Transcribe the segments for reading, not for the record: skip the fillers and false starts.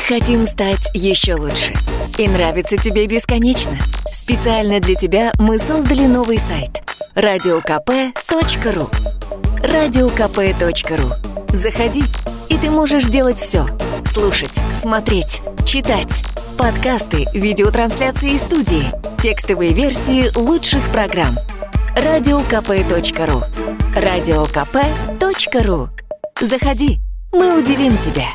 Хотим стать еще лучше. И нравится тебе бесконечно. Специально для тебя мы создали новый сайт radiokp.ru. radiokp.ru. Заходи, и ты можешь делать все. Слушать, смотреть, читать. Подкасты, видеотрансляции из студии, текстовые версии лучших программ. radiokp.ru. radiokp.ru. Заходи, мы удивим тебя.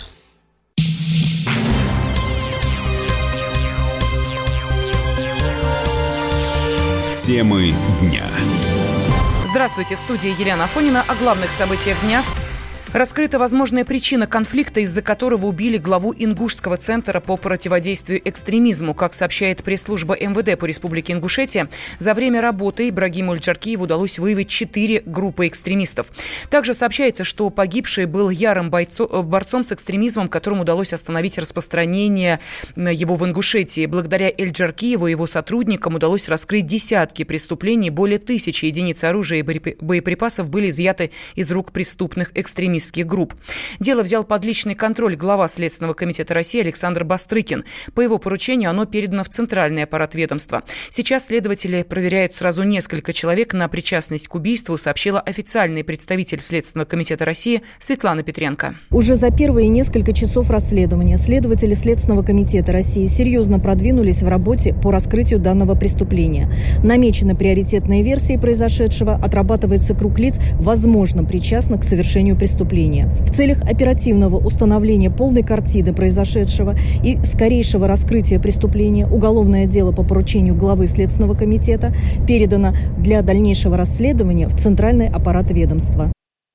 Темы дня. Здравствуйте, в студии Елена Афонина. О главных событиях дня. Раскрыта возможная причина конфликта, из-за которого убили главу Ингушского центра по противодействию экстремизму. Как сообщает пресс-служба МВД по Республике Ингушетия, за время работы Ибрагиму Эльджаркиеву удалось выявить 4 группы экстремистов. Также сообщается, что погибший был ярым борцом с экстремизмом, которому удалось остановить распространение его в Ингушетии. Благодаря Эльджаркиеву и его сотрудникам удалось раскрыть десятки преступлений. Более 1000 единиц оружия и боеприпасов были изъяты из рук преступных экстремистов групп. Дело взял под личный контроль глава Следственного комитета России Александр Бастрыкин. По его поручению оно передано в центральный аппарат ведомства. Сейчас следователи проверяют сразу несколько человек на причастность к убийству, сообщила официальный представитель Следственного комитета России Светлана Петренко. Уже за первые несколько часов расследования следователи Следственного комитета России серьезно продвинулись в работе по раскрытию данного преступления. Намечены приоритетные версии произошедшего, отрабатывается круг лиц, возможно, причастных к совершению преступления. В целях оперативного установления полной картины произошедшего и скорейшего раскрытия преступления уголовное дело по поручению главы Следственного комитета передано для дальнейшего расследования в центральный аппарат ведомства.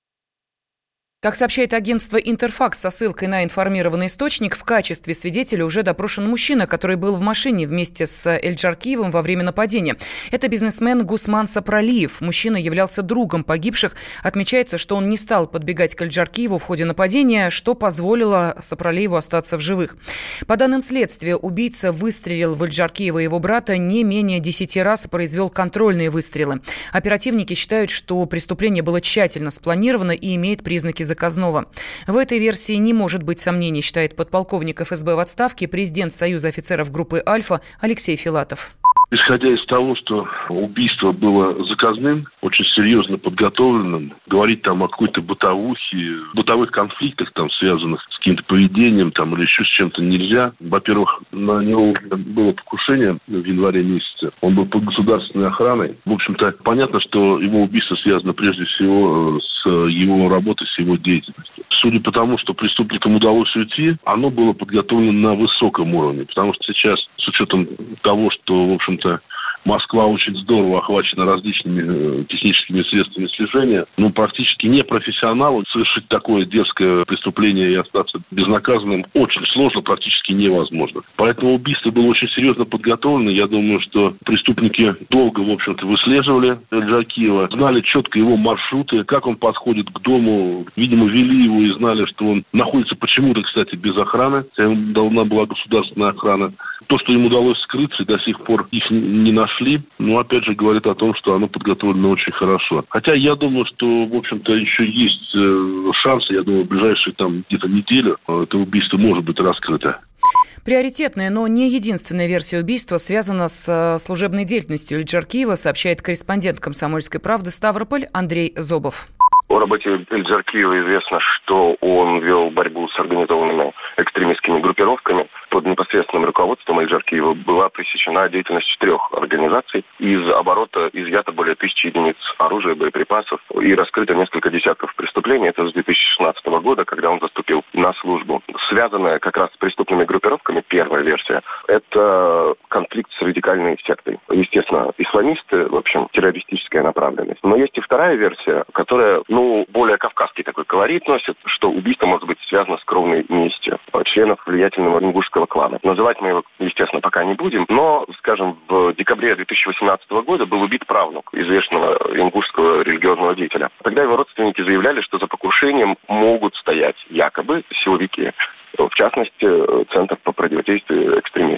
Как сообщает агентство «Интерфакс» со ссылкой на информированный источник, в качестве свидетеля уже допрошен мужчина, который был в машине вместе с Эльджаркиевым во время нападения. Это бизнесмен Гусман Сапралиев. Мужчина являлся другом погибших. Отмечается, что он не стал подбегать к Эльджаркиеву в ходе нападения, что позволило Сапралиеву остаться в живых. По данным следствия, убийца выстрелил в Эльджаркиева и его брата не менее 10 раз, произвел контрольные выстрелы. Оперативники считают, что преступление было тщательно спланировано и имеет признаки заказного. В этой версии не может быть сомнений, считает подполковник ФСБ в отставке, президент Союза офицеров группы «Альфа» Алексей Филатов. Исходя из того, что убийство было заказным, очень серьезно подготовленным, говорить там о какой-то бытовухе, бытовых конфликтах, там, связанных с каким-то поведением там, или еще с чем-то нельзя. Во-первых, на него было покушение в январе месяце. Он был под государственной охраной. В общем-то, понятно, что его убийство связано прежде всего с его работой, с его деятельностью. Судя по тому, что преступникам удалось уйти, оно было подготовлено на высоком уровне. Потому что сейчас, с учетом того, что, в общем-то, Москва очень здорово охвачена различными техническими средствами слежения. Практически не профессионалу совершить такое дерзкое преступление и остаться безнаказанным очень сложно, практически невозможно. Поэтому убийство было очень серьезно подготовлено. Я думаю, что преступники долго, в общем-то, выслеживали Эльджаркиева, знали четко его маршруты, как он подходит к дому. Видимо, вели его и знали, что он находится почему-то, кстати, без охраны. Ему должна была государственная охрана. То, что им удалось скрыться, и до сих пор их не нашли, опять же, говорит о том, что оно подготовлено очень хорошо. Хотя я думаю, что, в общем-то, еще есть шансы. Я думаю, в ближайшие где-то неделю это убийство может быть раскрыто. Приоритетная, но не единственная версия убийства связана с служебной деятельностью Эльджаркиева, сообщает корреспондент «Комсомольской правды» Ставрополь Андрей Зобов. О работе Эльджаркиева известно, что он вел борьбу с организованными экстремистскими группировками. Под непосредственным руководством Эльджаркиева была пресечена деятельность 4 организаций. Из оборота изъято более 1000 единиц оружия, боеприпасов и раскрыто несколько десятков преступлений. Это с 2016 года, когда он заступил на службу. Связанная как раз с преступными группировками, первая версия, это конфликт с радикальной сектой. Естественно, исламисты, в общем, террористическая направленность. Но есть и вторая версия, которая, более кавказский такой колорит носит, что убийство может быть связано с кровной местью членов влиятельного ингушского клана. Называть мы его, естественно, пока не будем, но, скажем, в декабре 2018 года был убит правнук известного ингушского религиозного деятеля. Тогда его родственники заявляли, что за покушением могут стоять якобы силовики. В частности, Центр по противодействию экстремизму.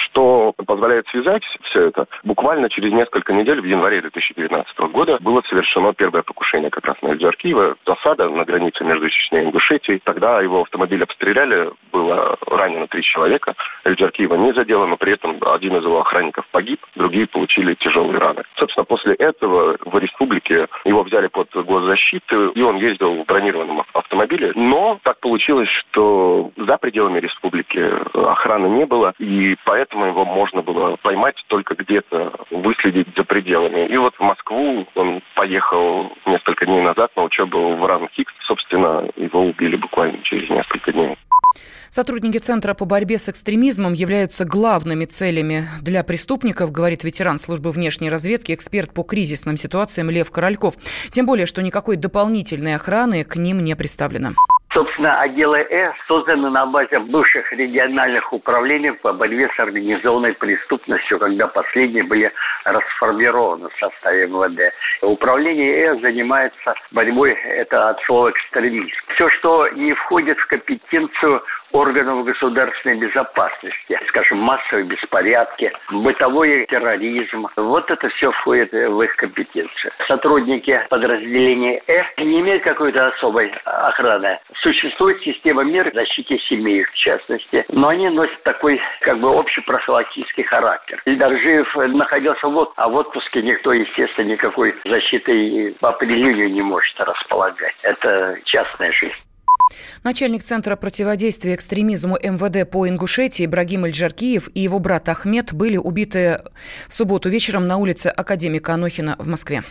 Что позволяет связать все это? Буквально через несколько недель, в январе 2019 года, было совершено первое покушение как раз на Эльджаркиева. Засада на границе между Чечней и Ингушетией. Тогда его автомобиль обстреляли, было ранено 3 человека. Эльджаркиева не задело, но при этом один из его охранников погиб, другие получили тяжелые раны. Собственно, после этого в республике его взяли под госзащиту, и он ездил в бронированном автомобиле. Но так получилось, что за пределами республики охраны не было, и поэтому его можно было поймать только где-то, выследить за пределами. И вот в Москву он поехал несколько дней назад на учебу в РАН-Хикс. Собственно, его убили буквально через несколько дней. Сотрудники Центра по борьбе с экстремизмом являются главными целями для преступников, говорит ветеран службы внешней разведки, эксперт по кризисным ситуациям Лев Корольков. Тем более, что никакой дополнительной охраны к ним не представлено. Собственно, отделы созданы на базе бывших региональных управлений по борьбе с организованной преступностью, когда последние были расформированы в составе МВД. Управление занимается борьбой, это от слова экстремизм. Все, что не входит в компетенцию органов государственной безопасности, скажем, массовые беспорядки, бытовой терроризм. Вот это все входит в их компетенцию. Сотрудники подразделения не имеют какой-то особой охраны. Существует система мер защиты семей, в частности, но они носят такой, общий профилактический характер. Ильдар-Жиев находился в отпуске, никто, естественно, никакой защиты по определению не может располагать. Это частная жизнь. Начальник Центра противодействия экстремизму МВД по Ингушетии Ибрагим Эльджаркиев и его брат Ахмед были убиты в субботу вечером на улице Академика Анохина в Москве.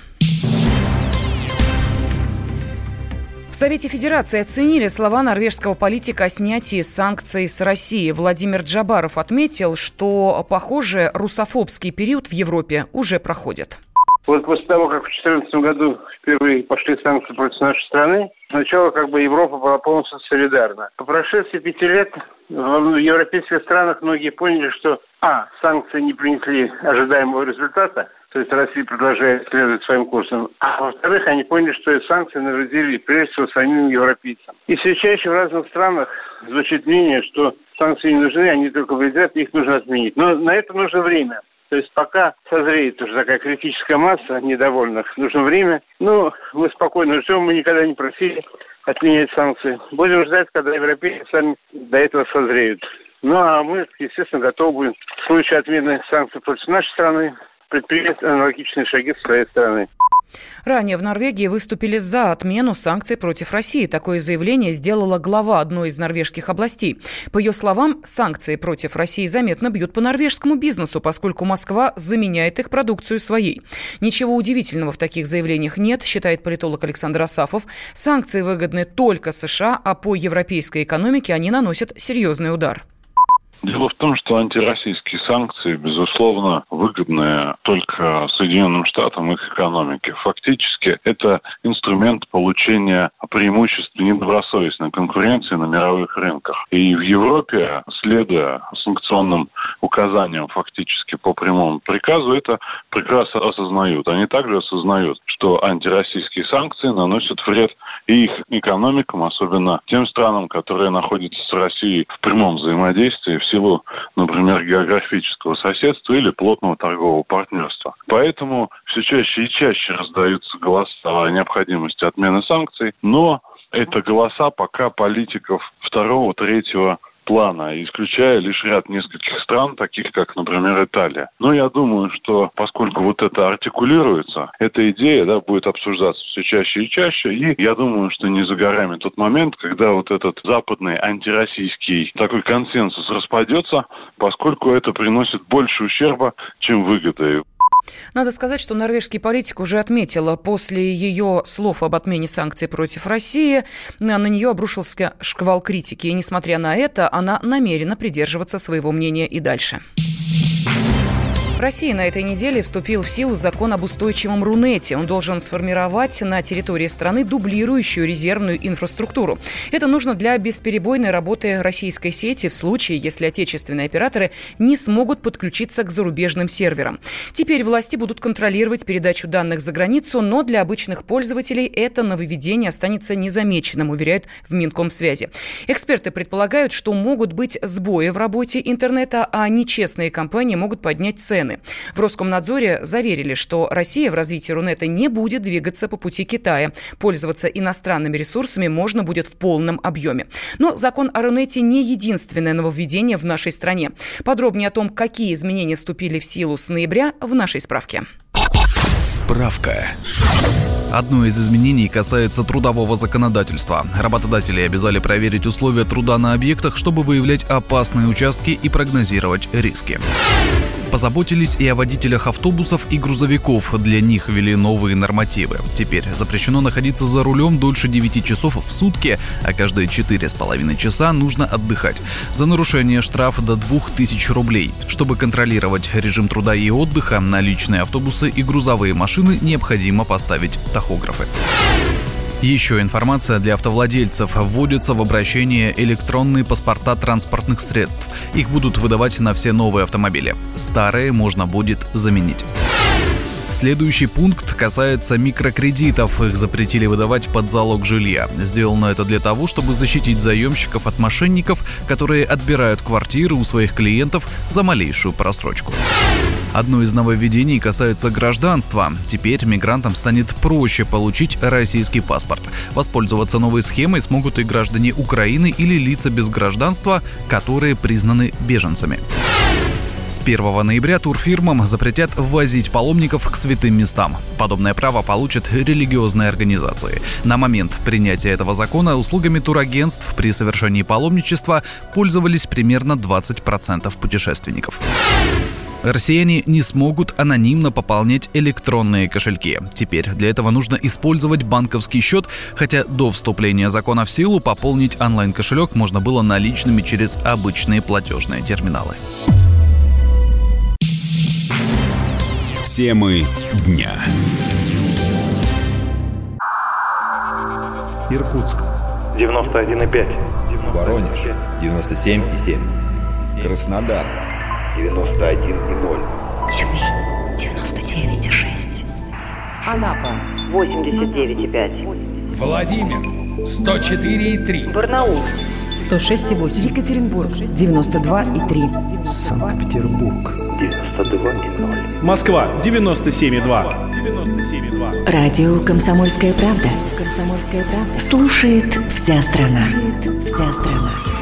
В Совете Федерации оценили слова норвежского политика о снятии санкций с России. Владимир Джабаров отметил, что, похоже, русофобский период в Европе уже проходит. Вот после того, как в 2014 году впервые пошли санкции против нашей страны, сначала Европа была полностью солидарна. По прошествии 5 лет в европейских странах многие поняли, что санкции не принесли ожидаемого результата, то есть Россия продолжает следовать своим курсом, а во-вторых, они поняли, что эти санкции навредили прежде всего самим европейцам. И все чаще в разных странах звучит мнение, что санкции не нужны, они только вредят, их нужно отменить. Но на это нужно время. То есть пока созреет уже такая критическая масса недовольных, нужно время. Мы спокойно ждем, мы никогда не просили отменять санкции. Будем ждать, когда европейцы сами до этого созреют. А мы, естественно, готовы будем в случае отмены санкций против нашей страны предпринять аналогичные шаги с своей стороны. Ранее в Норвегии выступили за отмену санкций против России. Такое заявление сделала глава одной из норвежских областей. По ее словам, санкции против России заметно бьют по норвежскому бизнесу, поскольку Москва заменяет их продукцию своей. Ничего удивительного в таких заявлениях нет, считает политолог Александр Асафов. Санкции выгодны только США, а по европейской экономике они наносят серьезный удар. Дело в том, что антироссийские санкции, безусловно, выгодны только Соединенным Штатам и их экономике. Фактически, это инструмент получения преимуществ недобросовестной конкуренции на мировых рынках. И в Европе, следуя санкционным указаниям фактически по прямому приказу, это прекрасно осознают. Они также осознают, что антироссийские санкции наносят вред и их экономикам, особенно тем странам, которые находятся с Россией в прямом взаимодействии в силу, например, географического соседства или плотного торгового партнерства. Поэтому все чаще и чаще раздаются голоса о необходимости отмены санкций, но это голоса пока политиков второго, третьего плана, исключая лишь ряд нескольких стран, таких как, например, Италия. Но я думаю, что поскольку вот это артикулируется, эта идея будет обсуждаться все чаще и чаще, и я думаю, что не за горами тот момент, когда вот этот западный антироссийский такой консенсус распадется, поскольку это приносит больше ущерба, чем выгоды. Надо сказать, что норвежский политик уже отметила, после ее слов об отмене санкций против России на нее обрушился шквал критики. И, несмотря на это, она намерена придерживаться своего мнения и дальше. В России на этой неделе вступил в силу закон об устойчивом Рунете. Он должен сформировать на территории страны дублирующую резервную инфраструктуру. Это нужно для бесперебойной работы российской сети в случае, если отечественные операторы не смогут подключиться к зарубежным серверам. Теперь власти будут контролировать передачу данных за границу, но для обычных пользователей это нововведение останется незамеченным, уверяют в Минкомсвязи. Эксперты предполагают, что могут быть сбои в работе интернета, а нечестные компании могут поднять цены. В Роскомнадзоре заверили, что Россия в развитии Рунета не будет двигаться по пути Китая. Пользоваться иностранными ресурсами можно будет в полном объеме. Но закон о Рунете не единственное нововведение в нашей стране. Подробнее о том, какие изменения вступили в силу с ноября, в нашей справке. Справка. Одно из изменений касается трудового законодательства. Работодатели обязали проверить условия труда на объектах, чтобы выявлять опасные участки и прогнозировать риски. Позаботились и о водителях автобусов и грузовиков. Для них ввели новые нормативы. Теперь запрещено находиться за рулем дольше 9 часов в сутки, а каждые 4,5 часа нужно отдыхать. За нарушение штраф до 2000 рублей. Чтобы контролировать режим труда и отдыха, на личные автобусы и грузовые машины необходимо поставить тахографы. Еще информация для автовладельцев. Вводятся в обращение электронные паспорта транспортных средств. Их будут выдавать на все новые автомобили. Старые можно будет заменить. Следующий пункт касается микрокредитов. Их запретили выдавать под залог жилья. Сделано это для того, чтобы защитить заемщиков от мошенников, которые отбирают квартиры у своих клиентов за малейшую просрочку. Одно из нововведений касается гражданства. Теперь мигрантам станет проще получить российский паспорт. Воспользоваться новой схемой смогут и граждане Украины или лица без гражданства, которые признаны беженцами. С 1 ноября турфирмам запретят ввозить паломников к святым местам. Подобное право получат религиозные организации. На момент принятия этого закона услугами турагентств при совершении паломничества пользовались примерно 20% путешественников. Россияне не смогут анонимно пополнять электронные кошельки. Теперь для этого нужно использовать банковский счет, хотя до вступления закона в силу пополнить онлайн-кошелек можно было наличными через обычные платежные терминалы. Темы дня. Иркутск 91,5. Воронеж 97,7. Краснодар 91,0. Тюмень 99,6. Анапа 89,5. Владимир 104,3. Барнаул 106,8. Екатеринбург 92,3. Санкт-Петербург 92,0. Москва 97,2. Радио «Комсомольская правда». «Комсомольская правда». Слушает вся страна.